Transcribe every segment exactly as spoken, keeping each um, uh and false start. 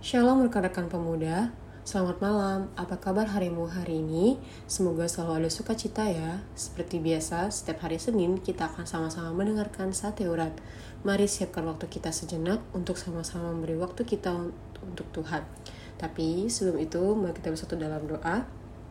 Shalom rekan-rekan pemuda, selamat malam. Apa kabar harimu hari ini? Semoga selalu ada sukacita ya. Seperti biasa, setiap hari Senin kita akan sama-sama mendengarkan Sate Urat. Mari siapkan waktu kita sejenak untuk sama-sama memberi waktu kita untuk Tuhan. Tapi sebelum itu, mari kita bersatu dalam doa.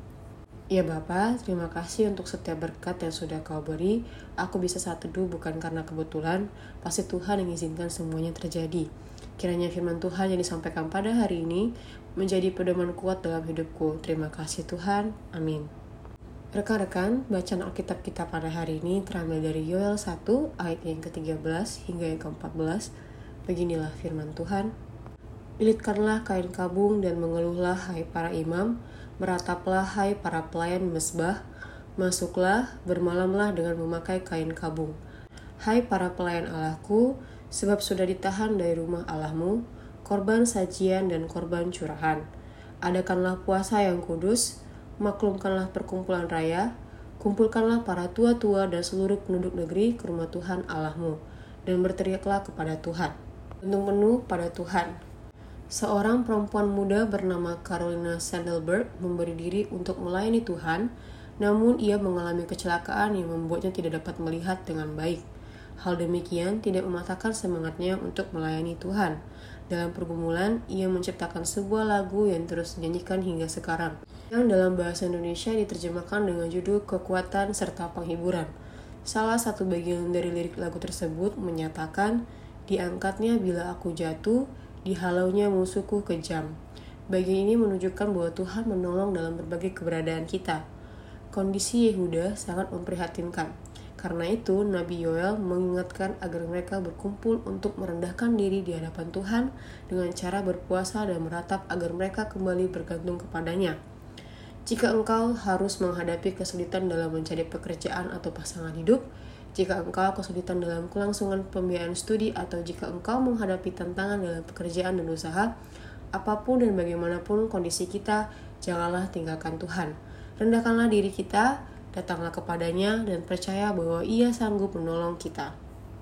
Ya Bapa, terima kasih untuk setiap berkat yang sudah Kau beri. Aku bisa saat teduh bukan karena kebetulan, pasti Tuhan yang izinkan semuanya terjadi. Kiranya firman Tuhan yang disampaikan pada hari ini menjadi pedoman kuat dalam hidupku. Terima kasih Tuhan. Amin. Rekan-rekan, bacaan Alkitab kita pada hari ini terambil dari Yoel satu ayat yang ketiga belas hingga yang keempat belas. Beginilah firman Tuhan. Lilitkanlah kain kabung dan mengeluhlah hai para imam, merataplah hai para pelayan mezbah, masuklah, bermalamlah dengan memakai kain kabung. Hai para pelayan Allahku, sebab sudah ditahan dari rumah Allahmu, korban sajian dan korban curahan. Adakanlah puasa yang kudus, maklumkanlah perkumpulan raya, kumpulkanlah para tua-tua dan seluruh penduduk negeri ke rumah Tuhan Allahmu, dan berteriaklah kepada Tuhan. Gantung penuh pada Tuhan. Seorang perempuan muda bernama Carolina Sandelberg memberi diri untuk melayani Tuhan, namun ia mengalami kecelakaan yang membuatnya tidak dapat melihat dengan baik. Hal demikian tidak mematahkan semangatnya untuk melayani Tuhan. Dalam pergumulan, ia menciptakan sebuah lagu yang terus dinyanyikan hingga sekarang, yang dalam bahasa Indonesia diterjemahkan dengan judul Kekuatan serta Penghiburan. Salah satu bagian dari lirik lagu tersebut menyatakan, diangkatnya bila aku jatuh, dihalaunya musuhku kejam. Bagian ini menunjukkan bahwa Tuhan menolong dalam berbagai keberadaan kita. Kondisi Yehuda sangat memprihatinkan. Karena itu, Nabi Yoel mengingatkan agar mereka berkumpul untuk merendahkan diri di hadapan Tuhan dengan cara berpuasa dan meratap agar mereka kembali bergantung kepadanya. Jika engkau harus menghadapi kesulitan dalam mencari pekerjaan atau pasangan hidup, jika engkau kesulitan dalam kelangsungan pembiayaan studi, atau jika engkau menghadapi tantangan dalam pekerjaan dan usaha, apapun dan bagaimanapun kondisi kita, janganlah tinggalkan Tuhan. Rendahkanlah diri kita, datanglah kepadanya, dan percaya bahwa Ia sanggup menolong kita.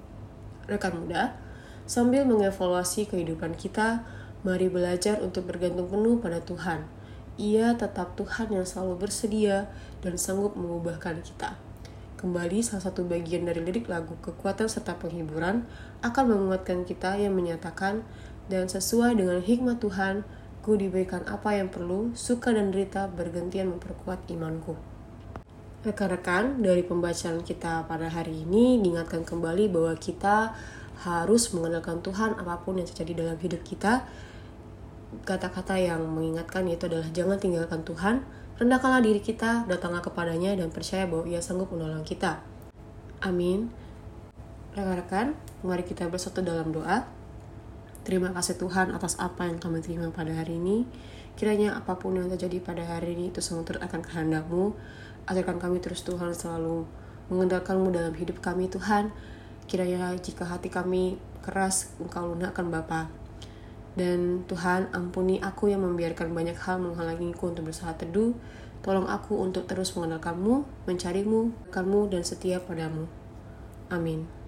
Rekan muda, sambil mengevaluasi kehidupan kita, mari belajar untuk bergantung penuh pada Tuhan. Ia tetap Tuhan yang selalu bersedia dan sanggup mengubahkan kita. Kembali salah satu bagian dari lirik lagu Kekuatan serta Penghiburan akan menguatkan kita yang menyatakan, dan sesuai dengan hikmat Tuhan, ku diberikan apa yang perlu, suka dan derita bergantian memperkuat imanku. Rekan-rekan, dari pembacaan kita pada hari ini diingatkan kembali bahwa kita harus mengandalkan Tuhan apapun yang terjadi dalam hidup kita. Kata-kata yang mengingatkan yaitu adalah jangan tinggalkan Tuhan, rendahkanlah diri kita, datanglah kepadanya, dan percaya bahwa Ia sanggup menolong kita. Amin. Rekan-rekan, mari kita bersatu dalam doa. Terima kasih Tuhan atas apa yang kami terima pada hari ini. Kiranya apapun yang terjadi pada hari ini itu semua turut akan kehendak-Mu. Ajarkan kami terus Tuhan selalu mengandalkan-Mu dalam hidup kami Tuhan. Kiranya jika hati kami keras, Engkau lunakkan Bapa. Dan Tuhan, ampuni aku yang membiarkan banyak hal menghalangiku untuk bersaat teduh. Tolong aku untuk terus mengandalkan-Mu, mencari-Mu, akan-Mu, dan setia padamu. Amin.